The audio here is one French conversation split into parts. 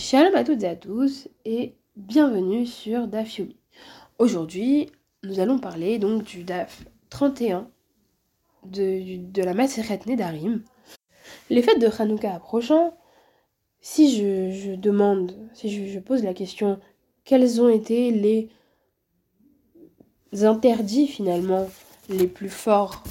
Shalom à toutes et à tous et bienvenue sur Daf Yomi. Aujourd'hui, nous allons parler donc du Daf 31 de la Masechet Nedarim. Les fêtes de Hanouka approchant, si je pose la question, quels ont été les interdits finalement les plus forts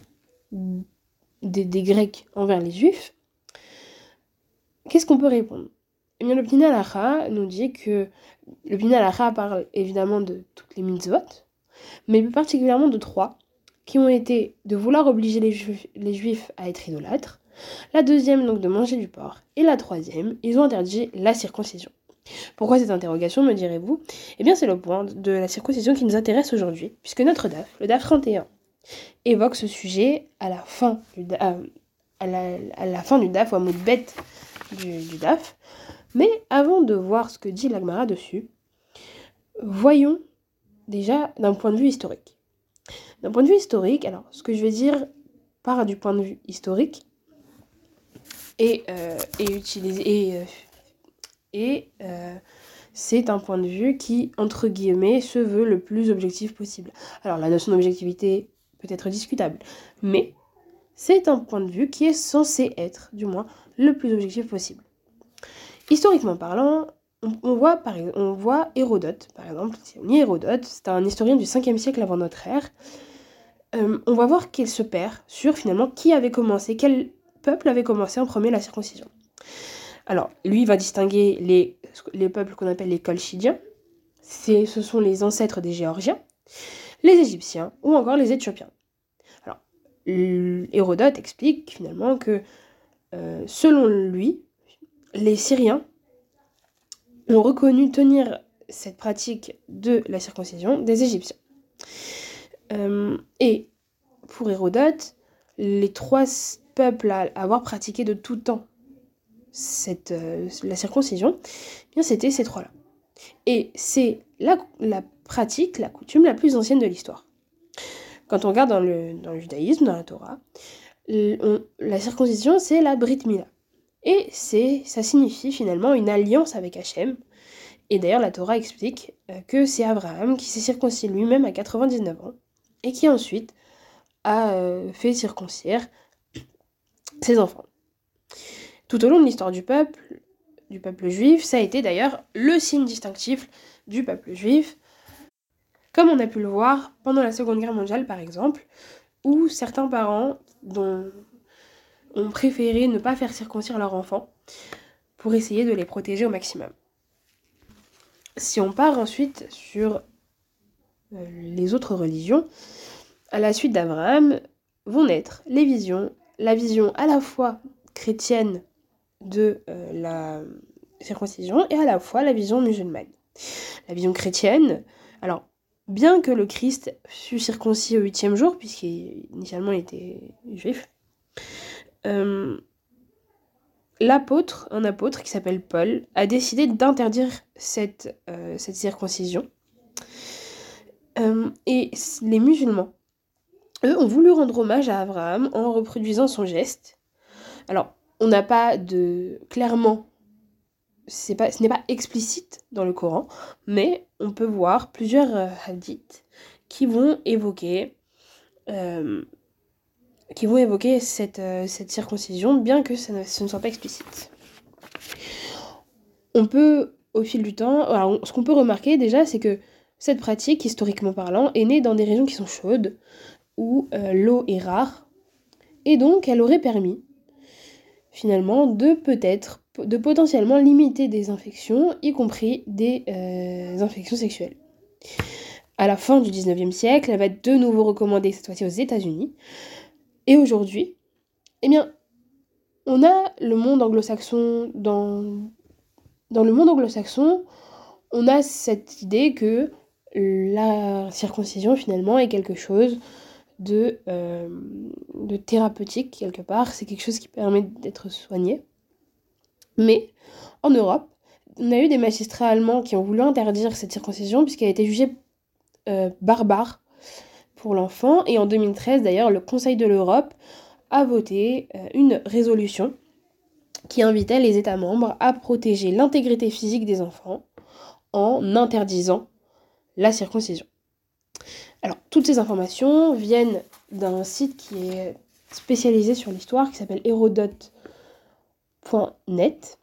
des Grecs envers les Juifs, qu'est-ce qu'on peut répondre? Eh bien, le Pnina Halacha nous dit que le Pnina Halacha parle évidemment de toutes les mitzvot, mais plus particulièrement de 3, qui ont été de vouloir obliger les Juifs à être idolâtres, la deuxième donc de manger du porc, et la troisième, ils ont interdit la circoncision. Pourquoi cette interrogation, me direz-vous? Eh bien, c'est le point de la circoncision qui nous intéresse aujourd'hui, puisque notre DAF, le DAF 31, évoque ce sujet à la fin du DAF, ou à mot bête du DAF. Mais avant de voir ce que dit l'Agmara dessus, voyons déjà d'un point de vue historique. D'un point de vue historique, alors ce que je vais dire part du point de vue historique c'est un point de vue qui, entre guillemets, se veut le plus objectif possible. Alors la notion d'objectivité peut être discutable, mais c'est un point de vue qui est censé être, du moins, le plus objectif possible. Historiquement parlant, on voit Hérodote, par exemple. Si on lit Hérodote, c'est un historien du 5e siècle avant notre ère. On va voir qu'il se perd sur, finalement, quel peuple avait commencé en premier la circoncision. Alors, lui, il va distinguer les peuples qu'on appelle les Colchidiens. Ce sont les ancêtres des Géorgiens, les Égyptiens ou encore les Éthiopiens. Alors, Hérodote explique, finalement, que, selon lui, les Syriens ont reconnu tenir cette pratique de la circoncision des Égyptiens. Et pour Hérodote, les 3 peuples à avoir pratiqué de tout temps la circoncision, eh bien c'était ces 3-là. Et c'est la pratique, la coutume la plus ancienne de l'histoire. Quand on regarde dans le judaïsme, dans la Torah, la circoncision, c'est la Brit Mila. Et ça signifie finalement une alliance avec Hachem. Et d'ailleurs, la Torah explique que c'est Abraham qui s'est circoncis lui-même à 99 ans et qui ensuite a fait circoncire ses enfants. Tout au long de l'histoire du peuple juif, ça a été d'ailleurs le signe distinctif du peuple juif, comme on a pu le voir pendant la Seconde Guerre mondiale par exemple, où certains parents ont préféré ne pas faire circoncire leurs enfants pour essayer de les protéger au maximum. Si on part ensuite sur les autres religions, à la suite d'Abraham vont naître la vision à la fois chrétienne de la circoncision et à la fois la vision musulmane. La vision chrétienne, alors bien que le Christ fût circoncis au 8e jour, puisqu'initialement il était juif, un apôtre qui s'appelle Paul a décidé d'interdire cette circoncision. Et les musulmans, eux, ont voulu rendre hommage à Abraham en reproduisant son geste. Alors, on n'a pas clairement, ce n'est pas explicite dans le Coran, mais on peut voir plusieurs hadiths qui vont évoquer cette circoncision, bien que ce ne soit pas explicite. On peut, au fil du temps, alors, ce qu'on peut remarquer déjà, c'est que cette pratique, historiquement parlant, est née dans des régions qui sont chaudes, où l'eau est rare, et donc elle aurait permis, finalement, de potentiellement limiter des infections, y compris des infections sexuelles. À la fin du 19e siècle, elle va être de nouveau recommandée, cette fois-ci aux États-Unis, et aujourd'hui, eh bien, on a le monde anglo-saxon, dans le monde anglo-saxon, on a cette idée que la circoncision, finalement, est quelque chose de thérapeutique, quelque part. C'est quelque chose qui permet d'être soigné. Mais, en Europe, on a eu des magistrats allemands qui ont voulu interdire cette circoncision, puisqu'elle a été jugée barbare pour l'enfant. Et en 2013, d'ailleurs, le Conseil de l'Europe a voté une résolution qui invitait les États membres à protéger l'intégrité physique des enfants en interdisant la circoncision. Alors, toutes ces informations viennent d'un site qui est spécialisé sur l'histoire, qui s'appelle Hérodote.net.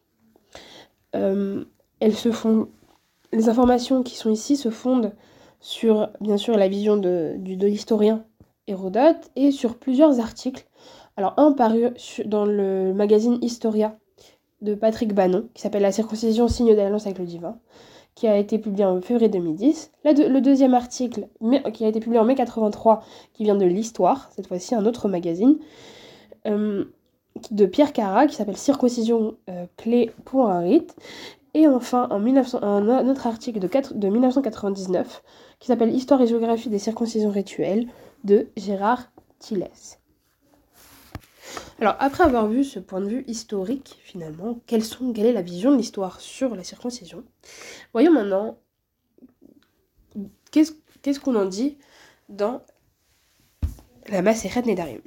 Les informations qui sont ici se fondent sur, bien sûr, la vision de l'historien Hérodote et sur plusieurs articles. Alors, un paru dans le magazine Historia de Patrick Bannon, qui s'appelle La circoncision, signe d'alliance avec le divin, qui a été publié en février 2010. Le deuxième article, qui a été publié en mai 83, qui vient de l'Histoire, cette fois-ci un autre magazine, de Pierre Carra, qui s'appelle Circoncision, clé pour un rite. Et enfin, un autre article de 1999, qui s'appelle Histoire et géographie des circoncisions rituelles, de Gérard Tillès. Alors, après avoir vu ce point de vue historique, finalement, quelle est la vision de l'histoire sur la circoncision, voyons maintenant qu'est-ce qu'on en dit dans la Maseret Nedarim.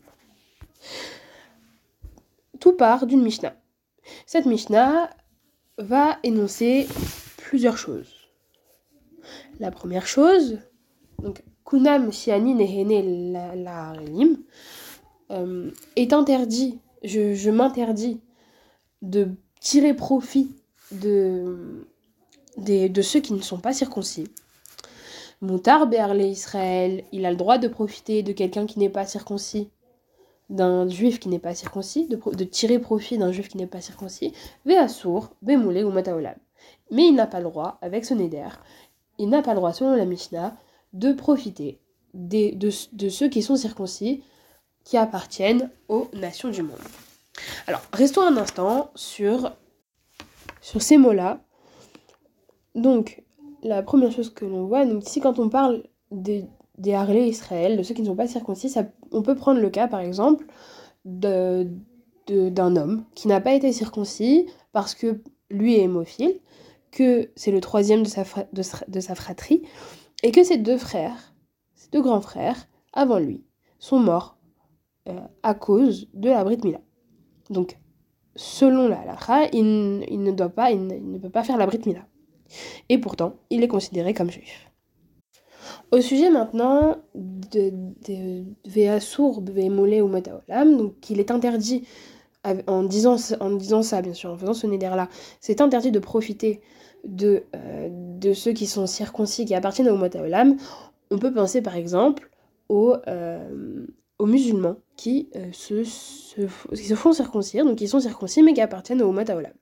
Tout part d'une Mishnah. Cette Mishnah va énoncer plusieurs choses. La première chose, donc Kunam Shiani Nehene la Harelim, est interdit, je m'interdis de tirer profit de ceux qui ne sont pas circoncis. Moutar Be'arle Israël, il a le droit de profiter de quelqu'un qui n'est pas circoncis, d'un juif qui n'est pas circoncis, de tirer profit d'un juif qui n'est pas circoncis. Ve'asur, Be'moulé ou Mataolam. Mais il n'a pas le droit, avec ce neder, il n'a pas le droit, selon la Mishnah, de profiter de ceux qui sont circoncis, qui appartiennent aux nations du monde. Alors, restons un instant sur ces mots-là. Donc, la première chose que l'on voit, donc ici, quand on parle des Harlé Israël, de ceux qui ne sont pas circoncis, on peut prendre le cas, par exemple, d'un homme qui n'a pas été circoncis parce que lui est hémophile, que c'est le troisième de sa fratrie, et que ses deux grands frères, avant lui, sont morts à cause de la Brit Mila. Donc, selon la halakha, il ne peut pas faire la Brit Mila. Et pourtant, il est considéré comme juif. Au sujet maintenant de Ve'asur, Ve'moulé ou Mataolam, donc il est interdit, en disant ça, bien sûr, en faisant ce néder-là, c'est interdit de profiter de ceux qui sont circoncis, qui appartiennent au Mataolam. On peut penser par exemple aux musulmans qui se font circoncire, donc qui sont circoncis mais qui appartiennent au Mataolam.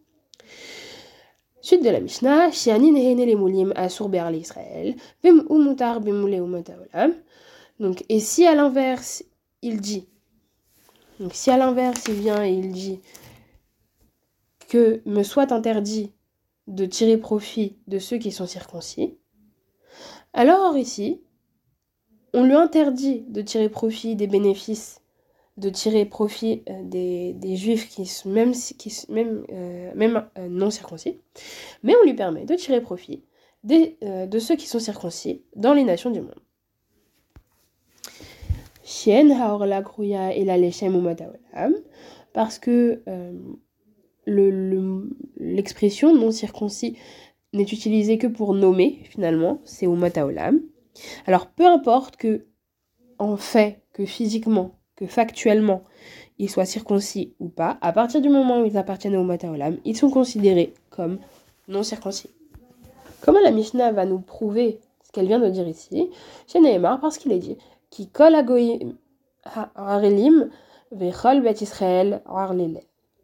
Suite de la Mishnah, Shiani Nehene le Moulim Asur Be'arle Israël, Vem Umutar Bemoulé ou Mataolam. Donc, et si à l'inverse, il dit, donc si à l'inverse il vient et il dit que me soit interdit de tirer profit de ceux qui sont circoncis, alors ici, on lui interdit de tirer profit des bénéfices, de tirer profit des juifs qui sont même non circoncis, mais on lui permet de tirer profit de ceux qui sont circoncis dans les nations du monde. Shien haorla kruya et la lechem ou mataolam, parce que l'expression non circoncis n'est utilisée que pour nommer, finalement, c'est umataolam. Alors, peu importe que, en fait, que physiquement, que factuellement, ils soient circoncis ou pas, à partir du moment où ils appartiennent au umataolam, ils sont considérés comme non circoncis. Comment la Mishnah va nous prouver ce qu'elle vient de dire ici? Chez Nehemar, parce qu'il est dit Ki kol hagoyim harelim vechol bet Israël harlele.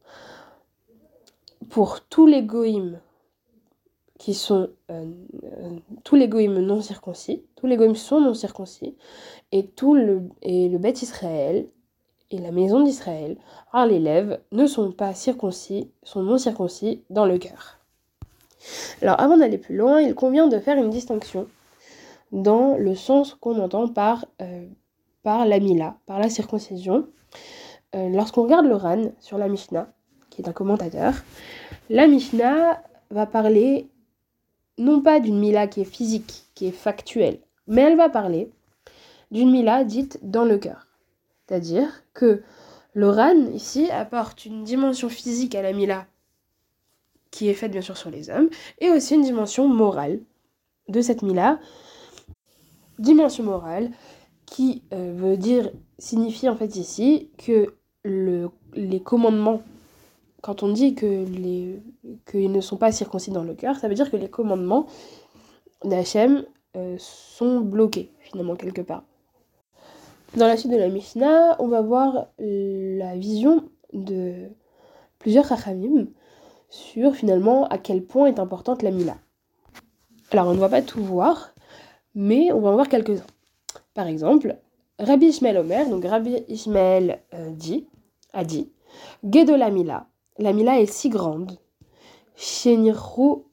Pour tous les goïms qui sont tous les goïms non circoncis, tous les goïms sont non circoncis, et le Beth Israël et la maison d'Israël, l'élève, ne sont pas circoncis, sont non circoncis dans le cœur. Alors avant d'aller plus loin, il convient de faire une distinction dans le sens qu'on entend par la Mila, par la circoncision. Lorsqu'on regarde le Ran sur la Mishnah, qui est un commentateur, la Mishnah va parler non pas d'une Mila qui est physique, qui est factuelle, mais elle va parler d'une Mila dite dans le cœur. C'est-à-dire que Le Ran, ici, apporte une dimension physique à la Mila, qui est faite bien sûr sur les hommes, et aussi une dimension morale de cette Mila. Dimension morale qui signifie en fait ici que les commandements, quand on dit qu'ils ne sont pas circoncis dans le cœur, ça veut dire que les commandements d'Hachem sont bloqués, finalement, quelque part. Dans la suite de la Mishnah, on va voir la vision de plusieurs Chachamim sur, finalement, à quel point est importante la Mila. Alors, on ne va pas tout voir, mais on va en voir quelques-uns. Par exemple, Rabbi Ishmael Omer, donc Rabbi Ishmael a dit Gedola Mila, la Mila est si grande, Shenirtu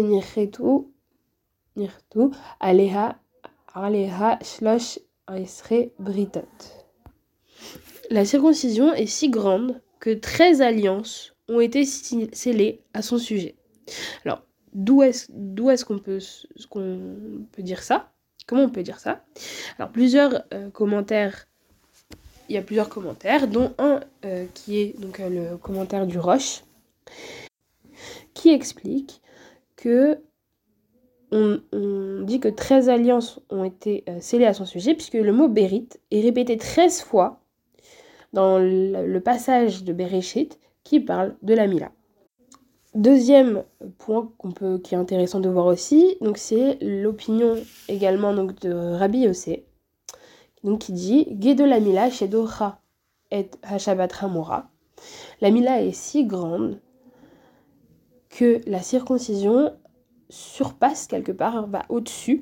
Aleha Shlosh Esre Britot. La circoncision est si grande que 13 alliances ont été scellées à son sujet. Alors, d'où est-ce qu'on peut dire ça? Comment on peut dire ça? Alors, commentaires. Il y a plusieurs commentaires, dont un qui est donc le commentaire du Roche, qui explique que on dit que 13 alliances ont été scellées à son sujet, puisque le mot Bérit est répété 13 fois dans le passage de Bereshit qui parle de la Mila. Deuxième point qui est intéressant de voir aussi, donc c'est l'opinion également donc de Rabbi Yossé, donc qui dit Gedo la Mila shedocha et hashabat hamora. La Mila est si grande que la circoncision surpasse quelque part, va au-dessus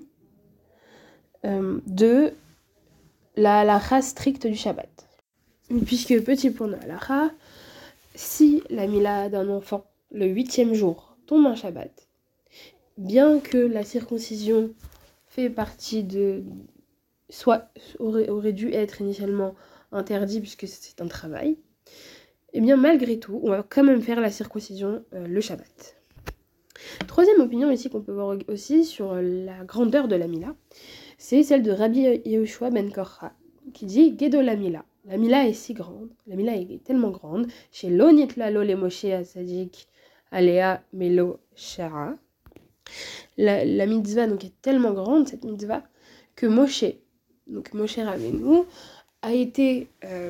de la halakha stricte du Shabbat. Puisque, petit point de halakha, si la Mila d'un enfant, le 8e jour, tombe un Shabbat, bien que la circoncision fait partie aurait dû être initialement interdit puisque c'est un travail, et bien malgré tout, on va quand même faire la circoncision le Shabbat. Troisième opinion ici qu'on peut voir aussi sur la grandeur de la Mila, c'est celle de Rabbi Yehoshua ben Korcha, qui dit Gedo la Mila. La Mila est si grande, la Mila est tellement grande, chez Lonit Lalo le Moshe Asadik Alea Melo Shara. La mitzvah donc est tellement grande, cette mitzvah, que Moshe Rabbeinu, a été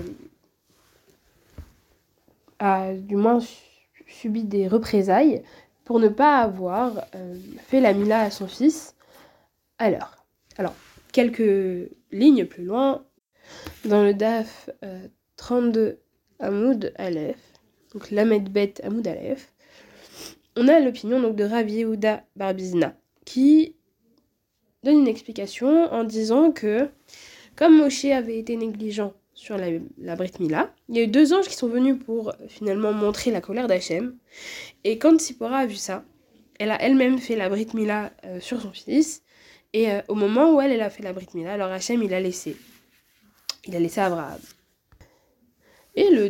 a du moins subi des représailles pour ne pas avoir fait la Mila à son fils à l'heure. Alors, quelques lignes plus loin, dans le Daf 32 Amoud Aleph, donc Lamed Bet Amoud Aleph, on a l'opinion donc de Rabbi Yehuda bar Bizna, qui donne une explication en disant que, comme Moshe avait été négligent sur la Brit Mila, il y a eu 2 anges qui sont venus pour finalement montrer la colère d'Hachem. Et quand Tzipora a vu ça, elle a elle-même fait la Brit Mila sur son fils. Et au moment où elle a fait la Brit Mila, alors Hachem, il a laissé Abraham. Et la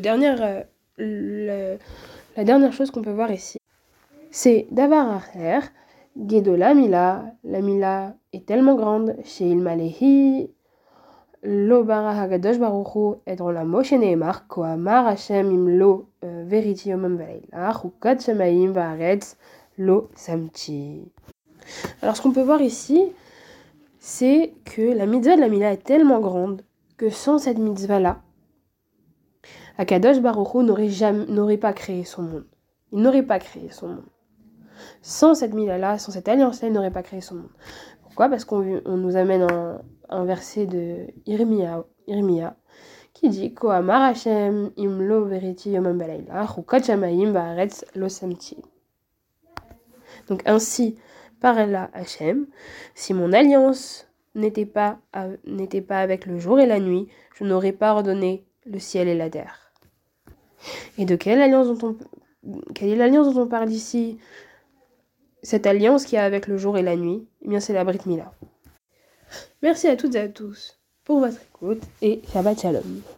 dernière chose qu'on peut voir ici, c'est Davar Acher, Gedola Mila. La Mila est tellement grande, chez Ilmalehi, Lo bara hagadosh baruchu et dans la Moshe neemar ko amar Hashem imlo veriti yomam valeila chukot shemaim vaaretz lo samti. Alors ce qu'on peut voir ici, c'est que la mitzvah de la Mila est tellement grande que sans cette mitzvah-là, Akadosh Baruch Hu n'aurait pas créé son monde. Il n'aurait pas créé son monde. Sans cette Mila-là, sans cette alliance-là, il n'aurait pas créé son monde. Pourquoi ? Parce qu'on nous amène un verset de Irmia qui dit Ko amar Hashem imlo veriti yomam balayla chukot shamayim vaaretz lo samti. Donc ainsi parla Hashem, si mon alliance n'était pas avec le jour et la nuit, je n'aurais pas ordonné le ciel et la terre. Et de quelle est l'alliance dont on parle ici ? Cette alliance qu'il y a avec le jour et la nuit, eh bien c'est la Brit Mila. Merci à toutes et à tous pour votre écoute et Shabbat Shalom.